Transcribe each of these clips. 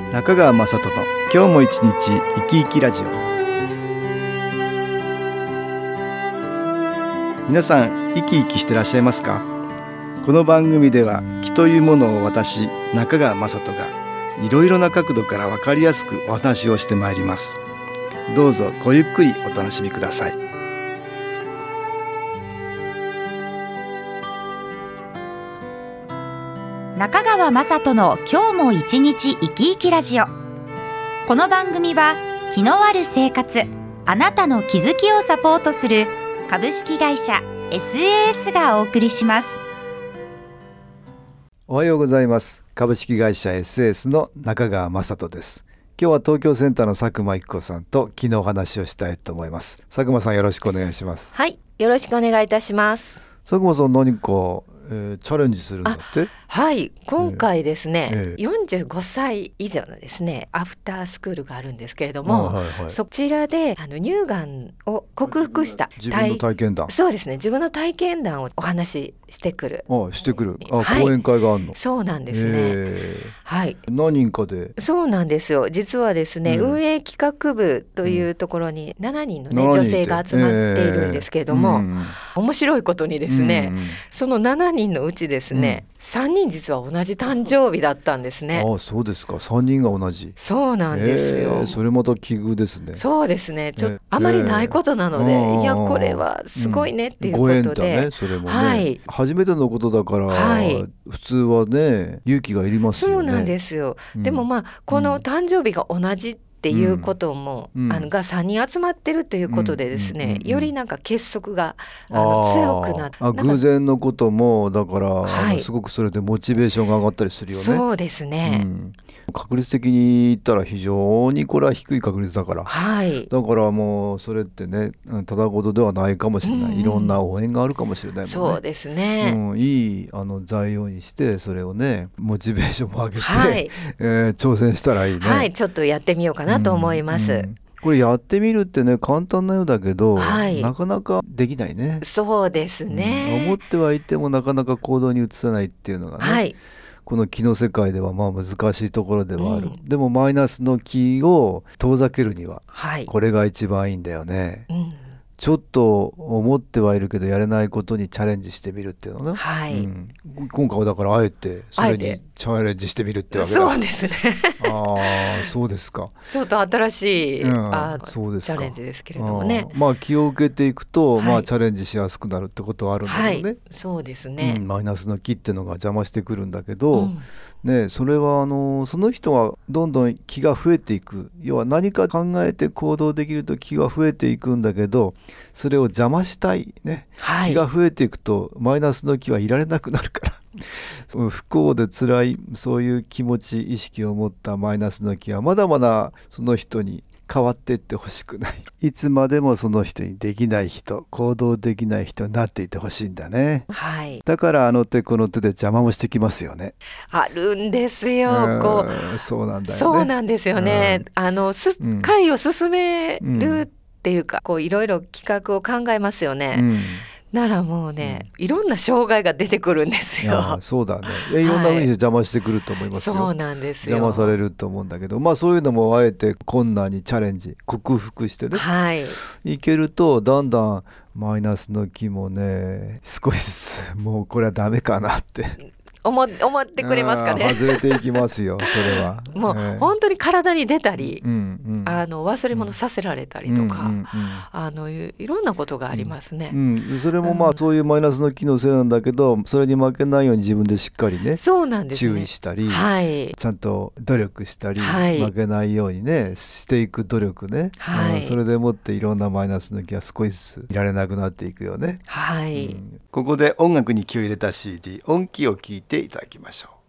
中川雅人の今日も一日生き生きラジオ。皆さん生き生きしてらっしゃいますか？この番組では気というものを私中川雅人がいろいろな角度から分かりやすくお話をしてまいります。どうぞごゆっくりお楽しみください。 中川雅人の今日も一日生き生きラジオ。この番組は気のある生活、あなたの気づきをサポートする株式会社 SAS がお送りします。 おはようございます。株式会社 SAS の中川雅人です。今日は東京センターの佐久間一子さんと昨日お話をしたいと思います。佐久間さん、よろしくお願いします。 はい、よろしくお願いいたします。 佐久間さん、何かチャレンジするんだって？ はい、今回ですね、45歳以上のですねアフタースクールがあるんですけれども、そちらで乳がんを克服した自分の体験談。 そうですね、自分の体験談をお話ししてくる。 講演会があるの？ そうなんですね。はい。 何人かで？ そうなんですよ。実はですね、運営企画部というところに7人のね、女性が集まっているんですけれども、面白いことにですね、その7人のうちですね、3人実は同じ誕生日だったんですね。 ああ、そうですか。3人が同じ。 そうなんですよ。 それまた奇遇ですね。 そうですね。ちょっとあまりないことなので、いやこれはすごいねっていうことで、 ご縁だね、それもね。初めてのことだから、普通はね勇気がいりますよね。 そうなんですよ。でもこの誕生日が同じっていうことも、が3人集まってるということでですね、よりなんか結束が強くなって、 偶然のこともだから、すごくそれでモチベーションが上がったりするよね。 そうですね、 確率的に言ったら非常にこれは低い確率だから、だからもうそれってねただごとではないかもしれない、いろんな応援があるかもしれないもんね。 そうですね、 いい材料にしてそれをねモチベーションも上げて、挑戦したらいいね。 はい、ちょっとやってみようかなと思います。 これやってみるってね簡単なようだけど、なかなかできないね。 そうですね、 思ってはいてもなかなか行動に移さないっていうのがね、この気の世界では難しいところではある。でもマイナスの気を遠ざけるには、これが一番いいんだよね。ちょっと思ってはいるけどやれないことにチャレンジしてみるっていうのね。今回はだからあえてそれにチャレンジしてみるってわけだ。 そうですね。 そうですか。 ちょっと新しい、チャレンジですけれどもね。 気を受けていくと、チャレンジしやすくなるってことはあるんだけどね。 そうですね。 マイナスの気っていうのが邪魔してくるんだけど、それはその人はどんどん気が増えていく。要は何か考えて行動できると気が増えていくんだけど、それを邪魔したいね、気が増えていくとマイナスの気はいられなくなるから不幸で辛いそういう気持ち意識を持ったマイナスの気はまだまだその人に変わっていってほしくない。いつまでもその人にできない人、行動できない人になっていてほしいんだね。だからあの手この手で邪魔もしてきますよね。 あるんですよ。 そうなんだよね。 そうなんですよね。会を進めるっていうか、いろいろ企画を考えますよね。ならもうね、いろんな障害が出てくるんですよ。 そうだね。いろんな風に邪魔してくると思いますよ。 そうなんですよ。 邪魔されると思うんだけど、そういうのもあえて困難にチャレンジ、克服してね、いけるとだんだんマイナスの気もね少しずつもうこれはダメかなって思ってくれますかね。 外れていきますよそれは。 もう本当に体に出たり、忘れ物させられたりとか、いろんなことがありますね。 それもそういうマイナスの気のせいなんだけど、それに負けないように自分でしっかりね、注意したり、ちゃんと努力したり、負けないようにねしていく努力ね、それでもっていろんなマイナスの気が少しずついられなくなっていくよね。ここで音楽に気を入れた CD 音気を聞いていただきましょう。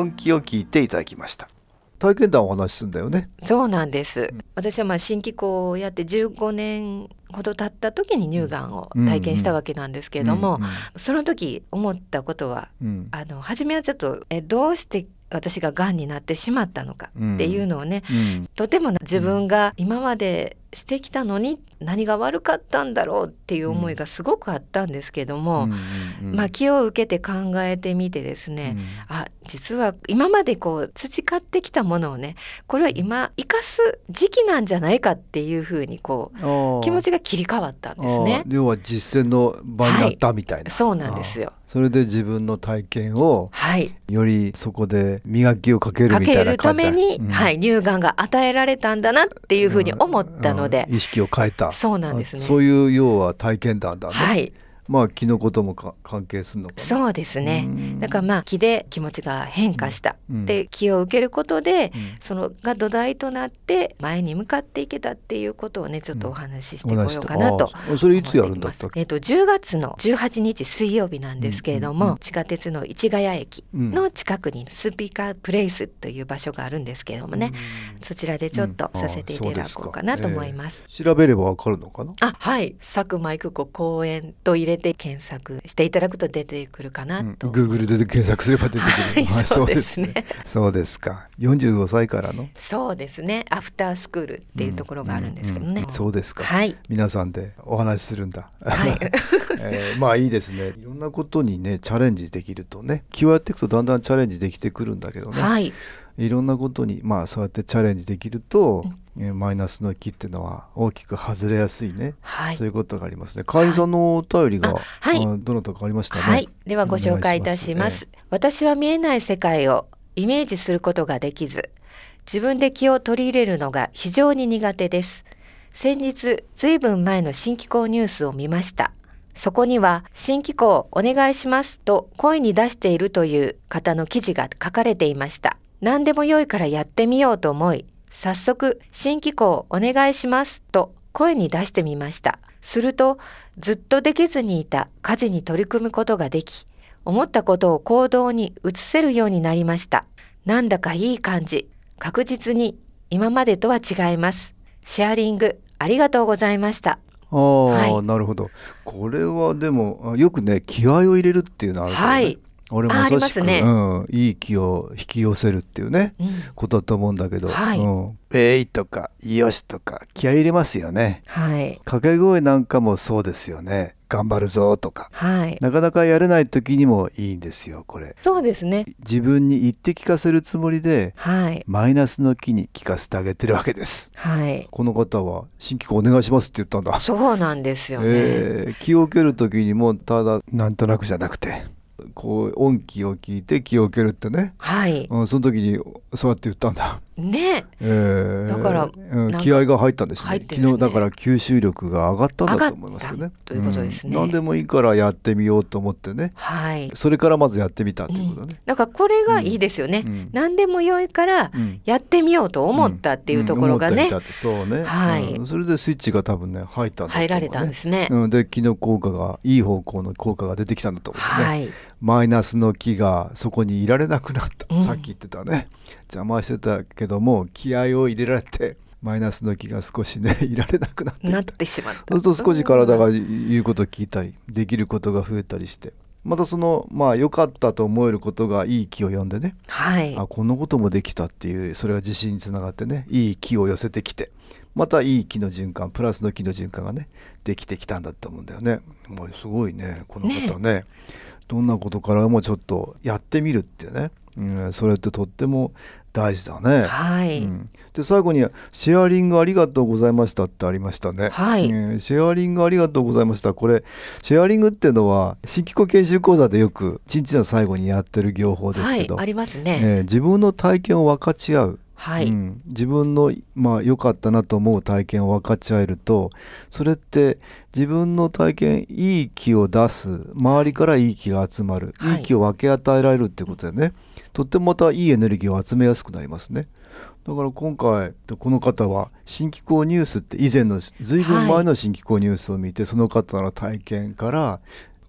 音気を聞いていただきました。体験談をお話しするんだよね。 そうなんです、私は心気功をやって15年ほど経った時に乳がんを体験したわけなんですけれども、その時思ったことは、初めはちょっとどうして私ががんになってしまったのかっていうのをね、とても自分が今までしてきたのに何が悪かったんだろうっていう思いがすごくあったんですけども、気を受けて考えてみてですね、実は今までこう培ってきたものをね、これは今生かす時期なんじゃないかっていうふうにこう気持ちが切り替わったんですね。 要は実践の場になったみたいな、 そうなんですよ。 それで自分の体験を、よりそこで磨きをかけるみたいな感じだ。 かけるために、乳がんが与えられたんだなっていうふうに思ったので、 意識を変えた。 そうなんですね。 そういう要は体験談だね。気のことも関係するのかな。 そうですね。だから気で気持ちが変化した、で気を受けることで、そのが土台となって前に向かっていけたっていうことをね、ちょっとお話ししてこようかなと思っています。 それいつやるんだったっけ ？10月の18日水曜日なんですけれども、地下鉄の市ヶ谷駅の近くにスピーカープレイスという場所があるんですけれどもね、そちらでちょっとさせていただこうかなと思います。 調べればわかるのかな。 佐久間育子公演と入れて検索していただくと出てくるかなと、 Google で検索すれば出てくる。 そうですね。 そうですか。45歳からの。 そうですね。アフタースクールっていうところがあるんですけどね。 そうですか。皆さんでお話しするんだ。いいですね。いろんなことにねチャレンジできるとね、気をやっていくとだんだんチャレンジできてくるんだけどね。いろんなことにそうやってチャレンジできると、マイナスの気っていうのは大きく外れやすいね、そういうことがありますね。会員さんのお便りが、どなたかありましたね。 ではご紹介いたします。私は見えない世界をイメージすることができず、自分で気を取り入れるのが非常に苦手です。先日ずいぶん前の新機構ニュースを見ました。そこには新機構お願いしますと声に出しているという方の記事が書かれていました。何でも良いからやってみようと思い、早速新機構お願いしますと声に出してみました。するとずっとできずにいた家事に取り組むことができ、思ったことを行動に移せるようになりました。なんだかいい感じ。確実に今までとは違います。シェアリングありがとうございました。 なるほど。これはでもよくね気合を入れるっていうのはあるからね。俺もまさしく、いい気を引き寄せるっていうね、ことだと思うんだけど、とかよしとか気合い入れますよね。掛け声なんかもそうですよね。頑張るぞとか、なかなかやれない時にもいいんですよこれ。 そうですね。 自分に言って聞かせるつもりで、マイナスの気に聞かせてあげてるわけです。この方は新機構お願いしますって言ったんだ。 そうなんですよね。 気を受ける時にもただなんとなくじゃなくて、こう音気を聞いて気を受けるってね、その時にそうやって言ったんだね。だから気合が入ったんですね。昨日だから吸収力が上がったんだと思いますよね。 ということですね。 何でもいいからやってみようと思ってね、それからまずやってみたっていうことね。 だからこれがいいですよね。何でも良いからやってみようと思ったっていうところがね。 そうね。それでスイッチが多分ね入ったんだと思うね。入られたんですね。 で気の効果がいい方向の効果が出てきたんだと思うんですね。マイナスの気がそこにいられなくなった、さっき言ってたね、邪魔してたけども気合を入れられてマイナスの気が少しねいられなくなってしまった。 そうすると少し体が言うことを聞いたりできることが増えたりして、またその良かったと思えることがいい気を呼んでね、こんなこともできたっていう、それが自信につながってね、いい気を寄せてきて、またいい気の循環、プラスの気の循環がねできてきたんだと思うんだよね。もうすごいねこの方ね。どんなことからもちょっとやってみるってね、それってとっても大事だね。で最後にシェアリングありがとうございましたってありましたね。シェアリングありがとうございました。これシェアリングっていうのは新機構研修講座でよく一日の最後にやってる業法ですけど、 ありますね。 自分の体験を分かち合う。自分の良かったなと思う体験を分かち合えると、それって自分の体験いい気を出す、周りからいい気が集まる、いい気を分け与えられるっていうことでね、とってもまたいいエネルギーを集めやすくなりますね。だから今回この方は新機構ニュースって以前のずいぶん前の新機構ニュースを見て、その方の体験から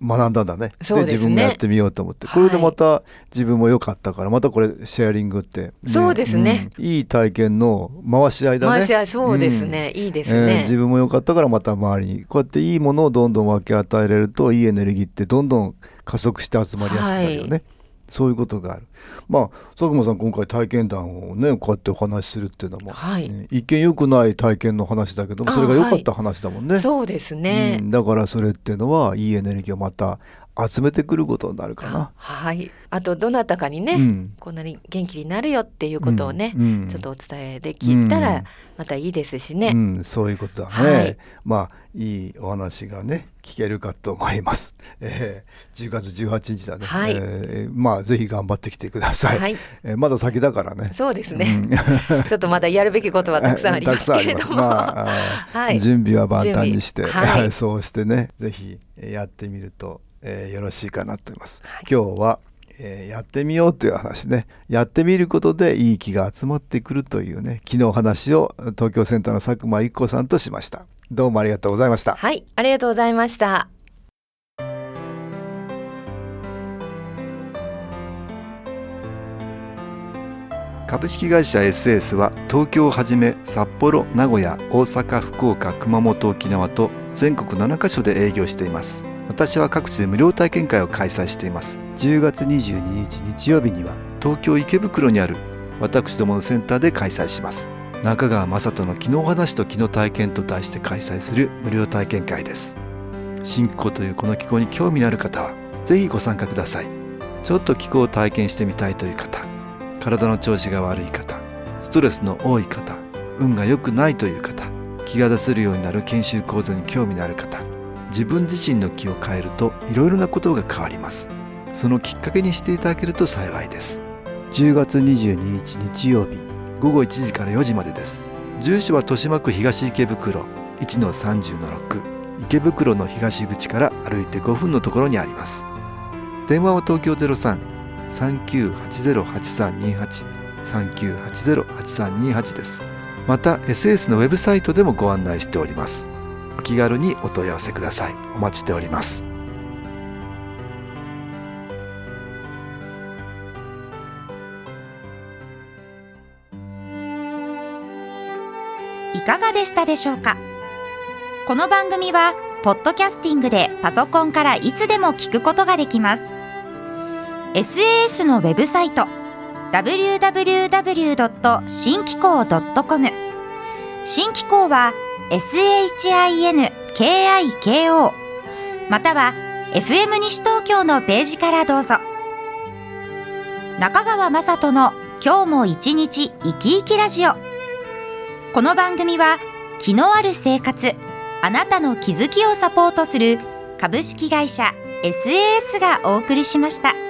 学んだんだね。 そうですね。 で自分もやってみようと思って、これでまた自分も良かったからまたこれシェアリングって、ね、 そうですね、 いい体験の回し合いだね。 回し合い、そうですね、いいですね、 自分も良かったからまた周りにこうやっていいものをどんどん分け与えられるといいエネルギーってどんどん加速して集まりやすくなるよね、そういうことがある。佐久間さん今回体験談をねこうやってお話しするっていうのも、一見良くない体験の話だけどもそれが良かった話だもんね。 そうですね、 だからそれっていうのはいいエネルギーをまた集めてくることになるかな。 あとどなたかにね、こんなに元気になるよっていうことをね、ちょっとお伝えできたらまたいいですしね、 そういうことだね、いいお話がね聞けるかと思います、10月18日だね、ぜひ頑張ってきてください、まだ先だからね。 そうですね、ちょっとまだやるべきことはたくさんありますけれども、 準備は万端にして、そうしてねぜひやってみるとよろしいかなと思います。今日は、やってみようという話ね、やってみることでいい気が集まってくるというね昨日話を東京センターの佐久間一子さんとしました。どうもありがとうございました。 ありがとうございました。 株式会社 SS は東京をはじめ札幌、名古屋、大阪、福岡、熊本、沖縄と全国7カ所で営業しています。私は各地で無料体験会を開催しています。10月22日日曜日には東京池袋にある私どものセンターで開催します。中川雅人の気の話と気の体験と題して開催する無料体験会です。新気候というこの気候に興味のある方はぜひご参加ください。ちょっと気候を体験してみたいという方、体の調子が悪い方、ストレスの多い方、運が良くないという方、気が出せるようになる研修講座に興味のある方、自分自身の気を変えるといろいろなことが変わります。そのきっかけにしていただけると幸いです。10月22日日曜日午後1時から4時までです。住所は豊島区東池袋 1-30-6 池袋の東口から歩いて5分のところにあります。電話は東京 03-3980-8328 3980-8328 です。また SS のウェブサイトでもご案内しております。お気軽にお問い合わせください。お待ちしております。 いかがでしたでしょうか。この番組はポッドキャスティングでパソコンからいつでも聞くことができます。 SAS のウェブサイト www. 新機構 .com 新機構は SHINKIKO または FM 西東京のページからどうぞ。中川雅人の今日も一日生き生きラジオ。この番組は気のある生活、あなたの気づきをサポートする株式会社 SAS がお送りしました。